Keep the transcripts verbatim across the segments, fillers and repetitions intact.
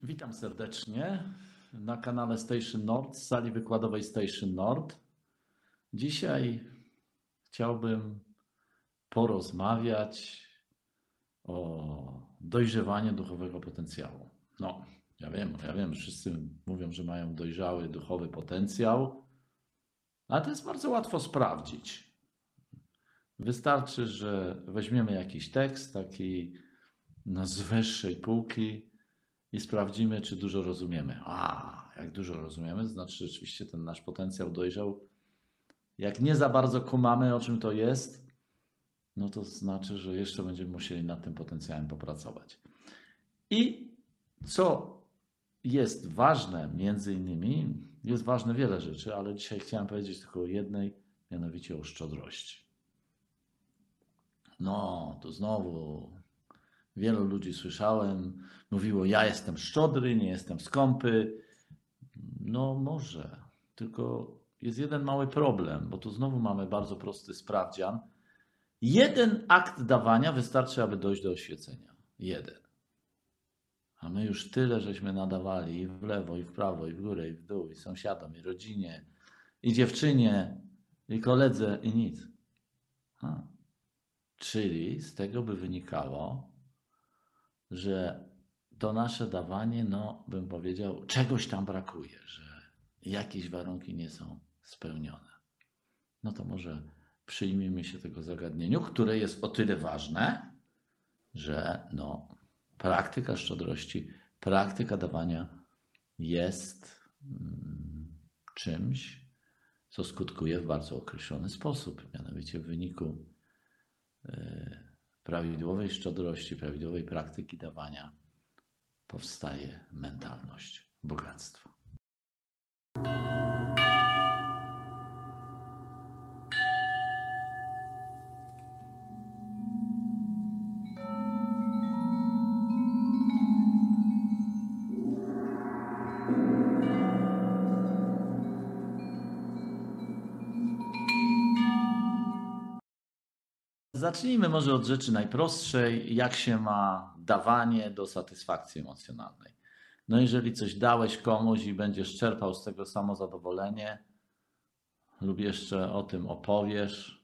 Witam serdecznie na kanale Station Nord, z sali wykładowej Station Nord. Dzisiaj chciałbym porozmawiać o dojrzewaniu duchowego potencjału. No, ja wiem, ja wiem, wszyscy mówią, że mają dojrzały duchowy potencjał, ale to jest bardzo łatwo sprawdzić. Wystarczy, że weźmiemy jakiś tekst, taki no, z wyższej półki, i sprawdzimy, czy dużo rozumiemy. A, jak dużo rozumiemy, to znaczy rzeczywiście ten nasz potencjał dojrzał. Jak nie za bardzo kumamy, o czym to jest, no to znaczy, że jeszcze będziemy musieli nad tym potencjałem popracować. I co jest ważne, między innymi, jest ważne wiele rzeczy, ale dzisiaj chciałem powiedzieć tylko o jednej, mianowicie o szczodrości. No, to znowu wielu ludzi słyszałem, mówiło, ja jestem szczodry, nie jestem skąpy. No może, tylko jest jeden mały problem, bo tu znowu mamy bardzo prosty sprawdzian. Jeden akt dawania wystarczy, aby dojść do oświecenia. Jeden. A my już tyle żeśmy nadawali i w lewo, i w prawo, i w górę, i w dół, i sąsiadom, i rodzinie, i dziewczynie, i koledze, i nic. A. Czyli z tego by wynikało, że to nasze dawanie, no bym powiedział, czegoś tam brakuje, że jakieś warunki nie są spełnione. No to może przyjmijmy się tego zagadnieniu, które jest o tyle ważne, że no, praktyka szczodrości, praktyka dawania jest mm, czymś, co skutkuje w bardzo określony sposób, mianowicie w wyniku y, prawidłowej szczodrości, prawidłowej praktyki dawania powstaje mentalność bogactwa. Zacznijmy może od rzeczy najprostszej, jak się ma dawanie do satysfakcji emocjonalnej. No jeżeli coś dałeś komuś i będziesz czerpał z tego samozadowolenie lub jeszcze o tym opowiesz,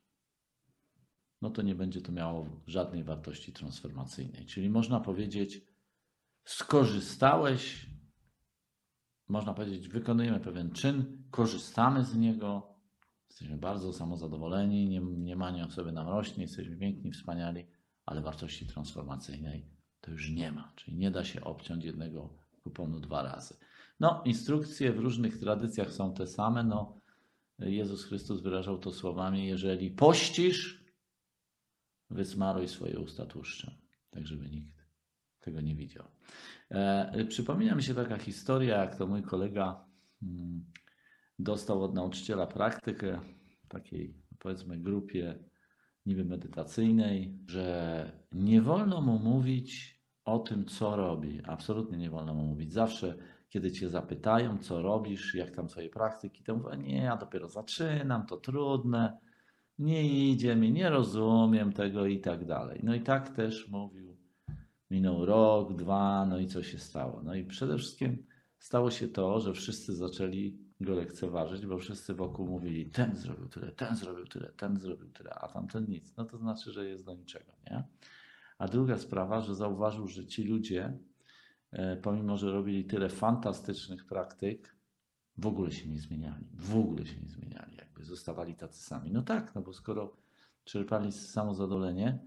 no to nie będzie to miało żadnej wartości transformacyjnej. Czyli można powiedzieć, skorzystałeś, można powiedzieć, wykonujemy pewien czyn, korzystamy z niego, jesteśmy bardzo samozadowoleni, nie, mniemanie o sobie nam rośnie, jesteśmy piękni, wspaniali, ale wartości transformacyjnej to już nie ma. Czyli nie da się obciąć jednego kuponu dwa razy. No, instrukcje w różnych tradycjach są te same. No, Jezus Chrystus wyrażał to słowami, jeżeli pościsz, wysmaruj swoje usta tłuszczem, tak żeby nikt tego nie widział. E, przypomina mi się taka historia, jak to mój kolega hmm, dostał od nauczyciela praktykę w takiej, powiedzmy, grupie niby medytacyjnej, że nie wolno mu mówić o tym, co robi. Absolutnie nie wolno mu mówić. Zawsze, kiedy cię zapytają, co robisz, jak tam twoje praktyki, to mówię, nie, ja dopiero zaczynam, to trudne, nie idzie mi, nie rozumiem tego i tak dalej. No i tak też mówił. Minął rok, dwa, no i co się stało? No i przede wszystkim stało się to, że wszyscy zaczęli go lekceważyć, bo wszyscy wokół mówili, ten zrobił tyle, ten zrobił tyle, ten zrobił tyle, a tamten nic. No to znaczy, że jest do niczego, nie? A druga sprawa, że zauważył, że ci ludzie, pomimo że robili tyle fantastycznych praktyk, w ogóle się nie zmieniali. W ogóle się nie zmieniali, jakby zostawali tacy sami. No tak, no bo skoro czerpali samozadowolenie,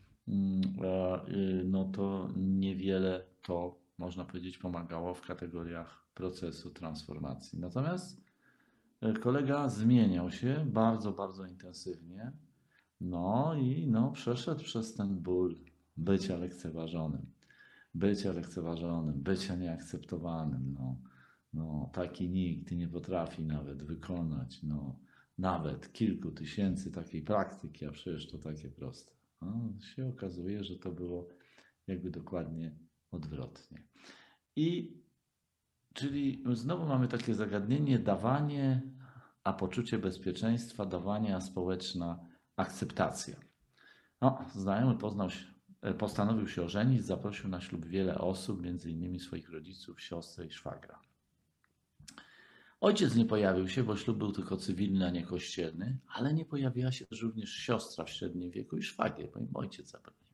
no to niewiele to, można powiedzieć, pomagało w kategoriach procesu transformacji. Natomiast kolega zmieniał się bardzo, bardzo intensywnie. No i no, przeszedł przez ten ból bycia lekceważonym, bycia lekceważonym, bycia nieakceptowanym. No, no, taki nikt nie potrafi nawet wykonać no, nawet kilku tysięcy takiej praktyki, a przecież to takie proste. No, się okazuje, że to było jakby dokładnie odwrotnie. I czyli znowu mamy takie zagadnienie dawanie, a poczucie bezpieczeństwa, dawanie, a społeczna akceptacja. No, znajomy poznał postanowił się ożenić, zaprosił na ślub wiele osób, między innymi swoich rodziców, siostrę i szwagra. Ojciec nie pojawił się, bo ślub był tylko cywilny, a nie kościelny, ale nie pojawiła się też również siostra w średnim wieku i szwagier, bo im ojciec zabronił.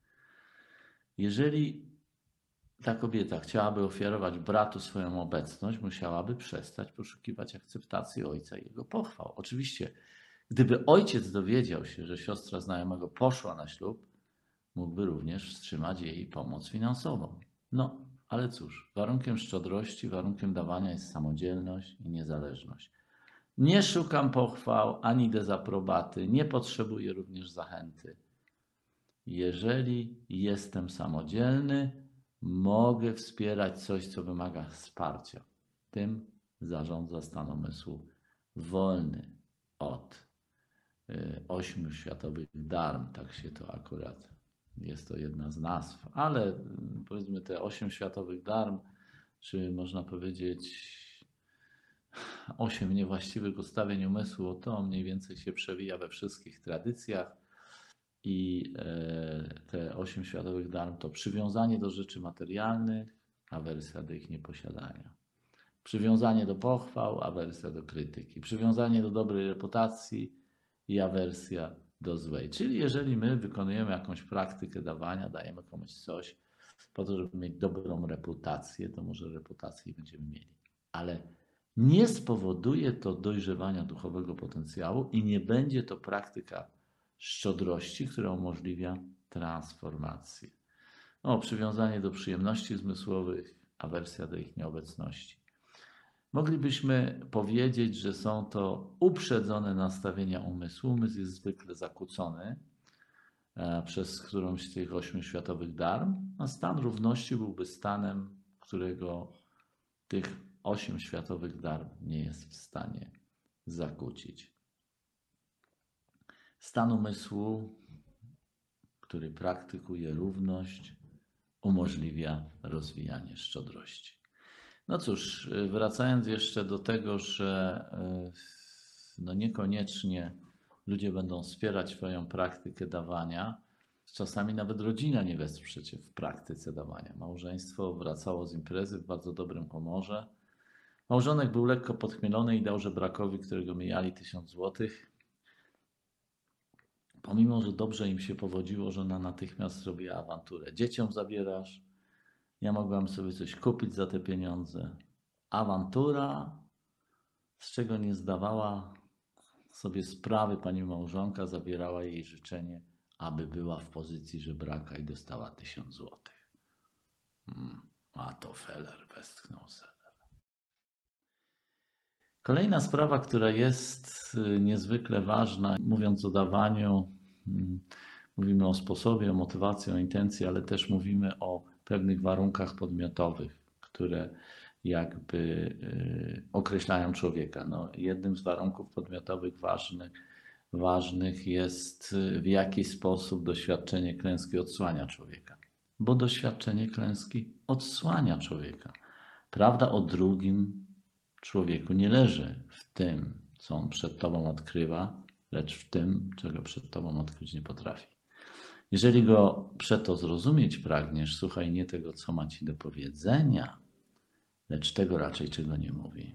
Jeżeli ta kobieta chciałaby ofiarować bratu swoją obecność, musiałaby przestać poszukiwać akceptacji ojca i jego pochwał. Oczywiście, gdyby ojciec dowiedział się, że siostra znajomego poszła na ślub, mógłby również wstrzymać jej pomoc finansową. No, ale cóż, warunkiem szczodrości, warunkiem dawania jest samodzielność i niezależność. Nie szukam pochwał ani dezaprobaty, nie potrzebuję również zachęty. Jeżeli jestem samodzielny, mogę wspierać coś, co wymaga wsparcia. Tym zarządza stan umysłu wolny od ośmiu światowych darm, tak się to akurat, jest to jedna z nazw, ale powiedzmy te osiem światowych darm, czy można powiedzieć osiem niewłaściwych ustawień umysłu, to mniej więcej się przewija we wszystkich tradycjach i te osiem światowych darm to przywiązanie do rzeczy materialnych, awersja do ich nieposiadania. Przywiązanie do pochwał, awersja do krytyki. Przywiązanie do dobrej reputacji i awersja do złej. Czyli jeżeli my wykonujemy jakąś praktykę dawania, dajemy komuś coś po to, żeby mieć dobrą reputację, to może reputację będziemy mieli. Ale nie spowoduje to dojrzewania duchowego potencjału i nie będzie to praktyka szczodrości, która umożliwia transformację. O, przywiązanie do przyjemności zmysłowych, awersja do ich nieobecności. Moglibyśmy powiedzieć, że są to uprzedzone nastawienia umysłu. Umysł jest zwykle zakłócony przez którąś z tych ośmiu światowych darm, a stan równości byłby stanem, którego tych osiem światowych darm nie jest w stanie zakłócić. Stan umysłu, który praktykuje równość, umożliwia rozwijanie szczodrości. No cóż, wracając jeszcze do tego, że no niekoniecznie ludzie będą wspierać swoją praktykę dawania, czasami nawet rodzina nie wesprze cię w praktyce dawania. Małżeństwo wracało z imprezy w bardzo dobrym humorze. Małżonek był lekko podchmielony i dał żebrakowi, którego mijali tysiąc złotych. Pomimo, że dobrze im się powodziło, żona natychmiast zrobiła awanturę. Dzieciom zabierasz, ja mogłam sobie coś kupić za te pieniądze. Awantura, z czego nie zdawała sobie sprawy pani małżonka, zabierała jej życzenie, aby była w pozycji żebraka i dostała tysiąc złotych. Hmm, a to feller, westchnął Seller. Kolejna sprawa, która jest niezwykle ważna, mówiąc o dawaniu, mówimy o sposobie, o motywacji, o intencji, ale też mówimy o pewnych warunkach podmiotowych, które jakby określają człowieka. No, jednym z warunków podmiotowych ważnych, ważnych jest, w jaki sposób doświadczenie klęski odsłania człowieka. Bo doświadczenie klęski odsłania człowieka. Prawda o drugim człowieku nie leży w tym, co on przed tobą odkrywa, lecz w tym, czego przed tobą odkryć nie potrafi. Jeżeli go przeto zrozumieć pragniesz, słuchaj nie tego, co ma ci do powiedzenia, lecz tego raczej, czego nie mówi.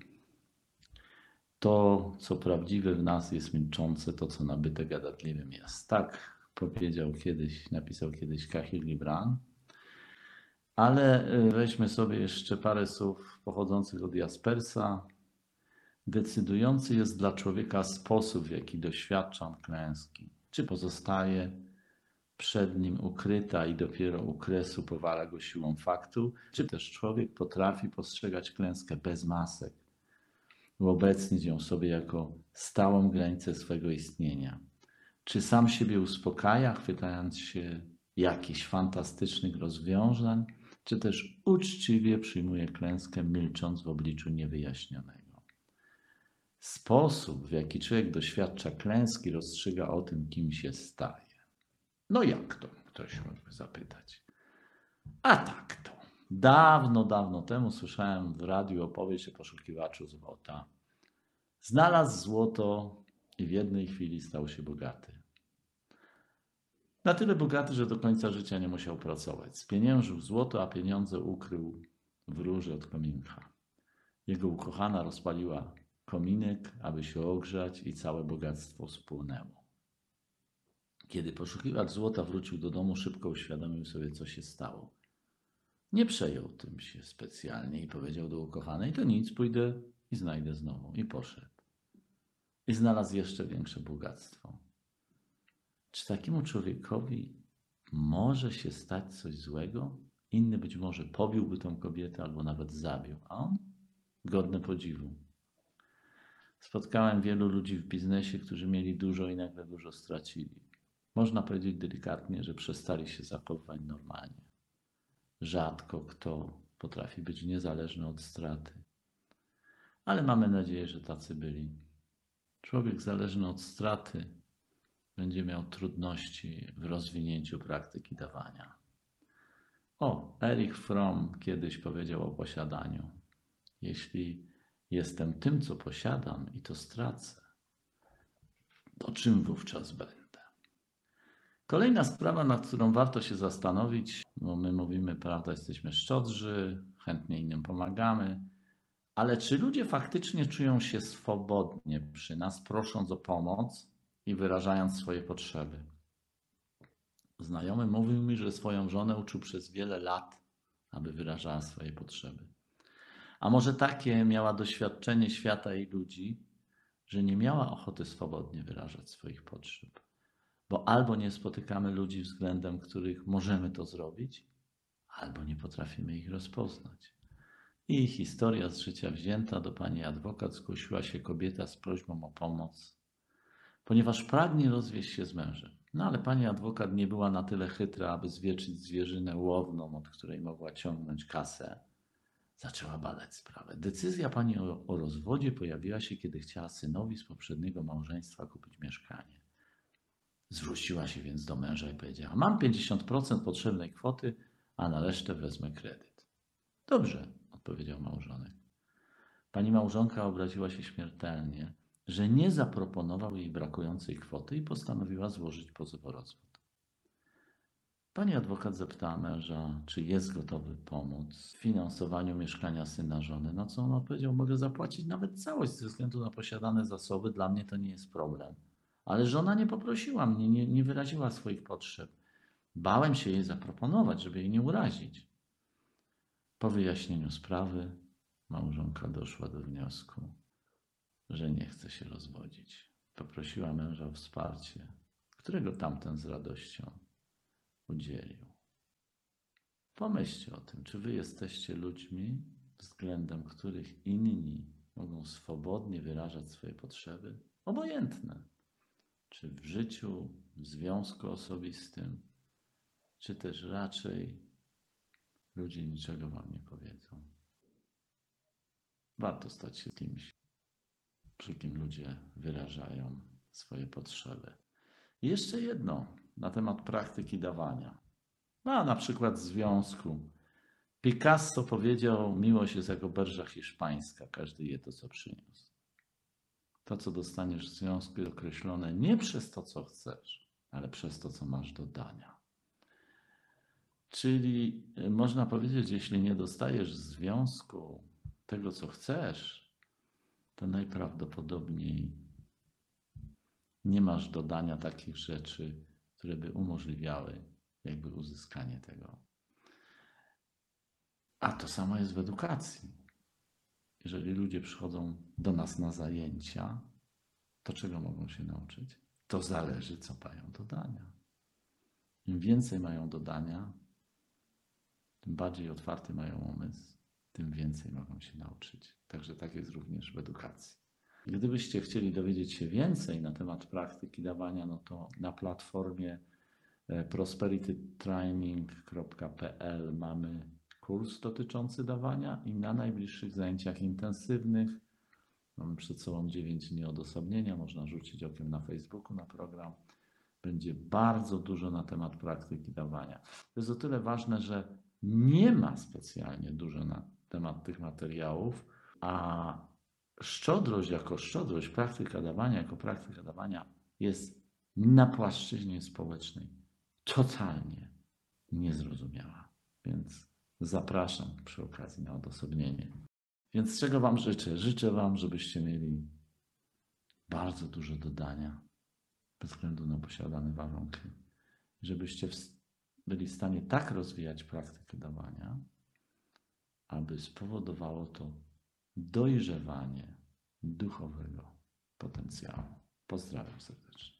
To, co prawdziwe w nas jest milczące, to, co nabyte gadatliwym jest. Tak powiedział kiedyś, napisał kiedyś Kahlil Gibran. Ale weźmy sobie jeszcze parę słów pochodzących od Jaspersa. Decydujący jest dla człowieka sposób, w jaki doświadcza on klęski. Czy pozostaje przed nim ukryta i dopiero u kresu powala go siłą faktu, czy też człowiek potrafi postrzegać klęskę bez masek, uobecnić ją sobie jako stałą granicę swego istnienia. Czy sam siebie uspokaja, chwytając się jakichś fantastycznych rozwiązań, czy też uczciwie przyjmuje klęskę, milcząc w obliczu niewyjaśnionego. Sposób, w jaki człowiek doświadcza klęski, rozstrzyga o tym, kim się staje. No jak to? Ktoś mógłby zapytać. A tak to. Dawno, dawno temu słyszałem w radiu opowieść o poszukiwaczu złota. Znalazł złoto i w jednej chwili stał się bogaty. Na tyle bogaty, że do końca życia nie musiał pracować. Spieniężył złoto, a pieniądze ukrył w rurze od kominka. Jego ukochana rozpaliła kominek, aby się ogrzać i całe bogactwo spłonęło. Kiedy poszukiwacz złota wrócił do domu, szybko uświadomił sobie, co się stało. Nie przejął tym się specjalnie i powiedział do ukochanej: to nic, pójdę i znajdę znowu. I poszedł. I znalazł jeszcze większe bogactwo. Czy takiemu człowiekowi może się stać coś złego? Inny być może pobiłby tą kobietę albo nawet zabił, a on? Godne podziwu. Spotkałem wielu ludzi w biznesie, którzy mieli dużo i nagle dużo stracili. Można powiedzieć delikatnie, że przestali się zachowywać normalnie. Rzadko kto potrafi być niezależny od straty. Ale mamy nadzieję, że tacy byli. Człowiek zależny od straty będzie miał trudności w rozwinięciu praktyki dawania. O, Erich Fromm kiedyś powiedział o posiadaniu. Jeśli jestem tym, co posiadam i to stracę, to czym wówczas będę? Kolejna sprawa, nad którą warto się zastanowić, bo my mówimy, prawda, jesteśmy szczodrzy, chętnie innym pomagamy, ale czy ludzie faktycznie czują się swobodnie przy nas, prosząc o pomoc i wyrażając swoje potrzeby? Znajomy mówił mi, że swoją żonę uczył przez wiele lat, aby wyrażała swoje potrzeby. A może takie miała doświadczenie świata i ludzi, że nie miała ochoty swobodnie wyrażać swoich potrzeb. Bo albo nie spotykamy ludzi, względem których możemy to zrobić, albo nie potrafimy ich rozpoznać. I historia z życia wzięta: do pani adwokat zgłosiła się kobieta z prośbą o pomoc, ponieważ pragnie rozwieść się z mężem. No ale pani adwokat nie była na tyle chytra, aby zwieczyć zwierzynę łowną, od której mogła ciągnąć kasę. Zaczęła badać sprawę. Decyzja pani o, o rozwodzie pojawiła się, kiedy chciała synowi z poprzedniego małżeństwa kupić mieszkanie. Zwróciła się więc do męża i powiedziała: mam pięćdziesiąt procent potrzebnej kwoty, a na resztę wezmę kredyt. Dobrze, odpowiedział małżonek. Pani małżonka obraziła się śmiertelnie, że nie zaproponował jej brakującej kwoty i postanowiła złożyć pozew o rozwód. Pani adwokat zapytała męża, czy jest gotowy pomóc w finansowaniu mieszkania syna żony, na co on odpowiedział: mogę zapłacić nawet całość ze względu na posiadane zasoby, dla mnie to nie jest problem. Ale żona nie poprosiła mnie, nie, nie wyraziła swoich potrzeb. Bałem się jej zaproponować, żeby jej nie urazić. Po wyjaśnieniu sprawy małżonka doszła do wniosku, że nie chce się rozwodzić. Poprosiła męża o wsparcie, którego tamten z radością udzielił. Pomyślcie o tym, czy wy jesteście ludźmi, względem których inni mogą swobodnie wyrażać swoje potrzeby, obojętne, czy w życiu, w związku osobistym, czy też raczej ludzie niczego wam nie powiedzą. Warto stać się kimś, przy kim ludzie wyrażają swoje potrzeby. I jeszcze jedno na temat praktyki dawania. No, na przykład związku. Picasso powiedział: miłość jest jak oberża hiszpańska, każdy je to, co przyniósł. To, co dostaniesz w związku, jest określone nie przez to, co chcesz, ale przez to, co masz do dania. Czyli można powiedzieć, że jeśli nie dostajesz w związku tego, co chcesz, to najprawdopodobniej nie masz do dania takich rzeczy, które by umożliwiały jakby uzyskanie tego. A to samo jest w edukacji. Jeżeli ludzie przychodzą do nas na zajęcia, to czego mogą się nauczyć? To zależy, co mają do dania. Im więcej mają do dania, tym bardziej otwarty mają umysł, tym więcej mogą się nauczyć. Także tak jest również w edukacji. Gdybyście chcieli dowiedzieć się więcej na temat praktyki dawania, no to na platformie prosperity training kropka p l mamy kurs dotyczący dawania i na najbliższych zajęciach intensywnych mamy przed sobą dziewięć dni odosobnienia. Można rzucić okiem na Facebooku na program. Będzie bardzo dużo na temat praktyki dawania. To jest o tyle ważne, że nie ma specjalnie dużo na temat tych materiałów, a szczodrość jako szczodrość, praktyka dawania jako praktyka dawania jest na płaszczyźnie społecznej totalnie niezrozumiała. Więc zapraszam przy okazji na odosobnienie. Więc czego Wam życzę? Życzę Wam, żebyście mieli bardzo dużo dodania bez względu na posiadane warunki. Żebyście byli w stanie tak rozwijać praktykę dawania, aby spowodowało to dojrzewanie duchowego potencjału. Pozdrawiam serdecznie.